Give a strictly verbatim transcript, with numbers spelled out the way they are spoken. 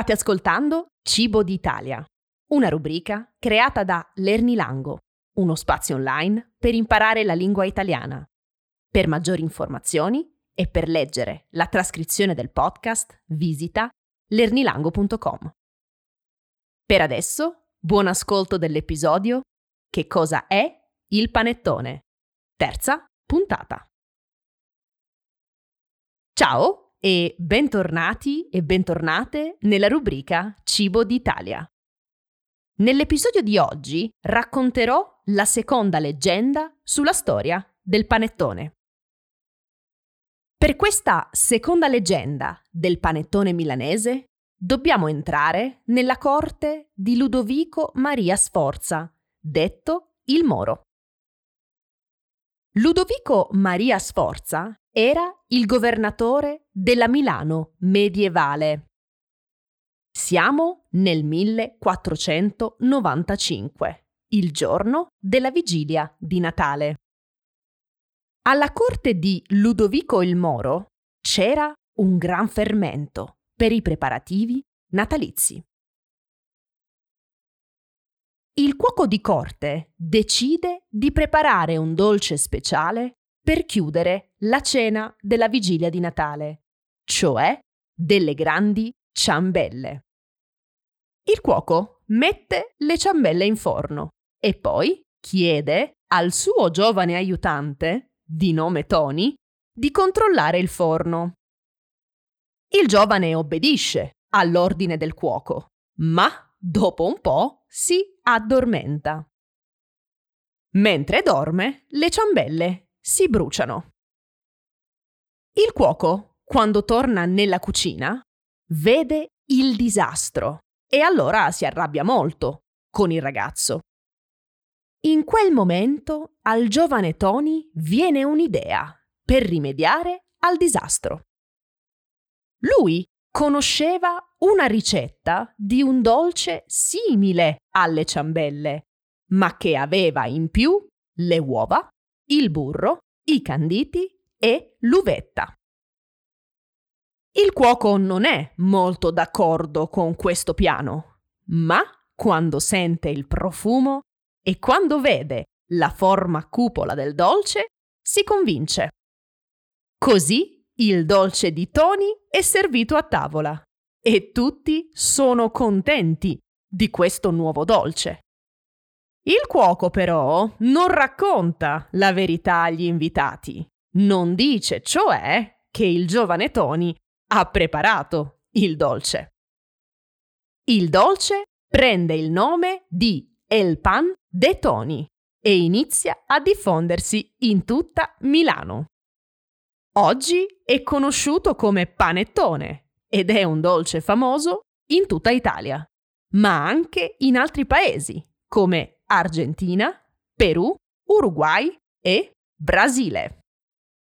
State ascoltando Cibo d'Italia, una rubrica creata da Lernilango, uno spazio online per imparare la lingua italiana. Per maggiori informazioni e per leggere la trascrizione del podcast, visita lernilango punto com. Per adesso, buon ascolto dell'episodio Che cosa è il panettone? Terza puntata. Ciao e bentornati e bentornate nella rubrica Cibo d'Italia. Nell'episodio di oggi racconterò la seconda leggenda sulla storia del panettone. Per questa seconda leggenda del panettone milanese dobbiamo entrare nella corte di Ludovico Maria Sforza, detto il Moro. Ludovico Maria Sforza era il governatore della Milano medievale. Siamo nel millequattrocentonovantacinque, il giorno della vigilia di Natale. Alla corte di Ludovico il Moro c'era un gran fermento per i preparativi natalizi. Il cuoco di corte decide di preparare un dolce speciale per chiudere la cena della vigilia di Natale, cioè delle grandi ciambelle. Il cuoco mette le ciambelle in forno e poi chiede al suo giovane aiutante, di nome Tony, di controllare il forno. Il giovane obbedisce all'ordine del cuoco, ma dopo un po' si addormenta. Mentre dorme, le ciambelle si bruciano. Il cuoco, quando torna nella cucina, vede il disastro e allora si arrabbia molto con il ragazzo. In quel momento al giovane Tony viene un'idea per rimediare al disastro. Lui conosceva una ricetta di un dolce simile alle ciambelle, ma che aveva in più le uova, il burro, i canditi e l'uvetta. Il cuoco non è molto d'accordo con questo piano, ma quando sente il profumo e quando vede la forma cupola del dolce, si convince. Così il dolce di Tony è servito a tavola e tutti sono contenti di questo nuovo dolce. Il cuoco però non racconta la verità agli invitati, non dice cioè che il giovane Tony ha preparato il dolce. Il dolce prende il nome di El Pan de Tony e inizia a diffondersi in tutta Milano. Oggi è conosciuto come panettone ed è un dolce famoso in tutta Italia, ma anche in altri paesi come Argentina, Perù, Uruguay e Brasile.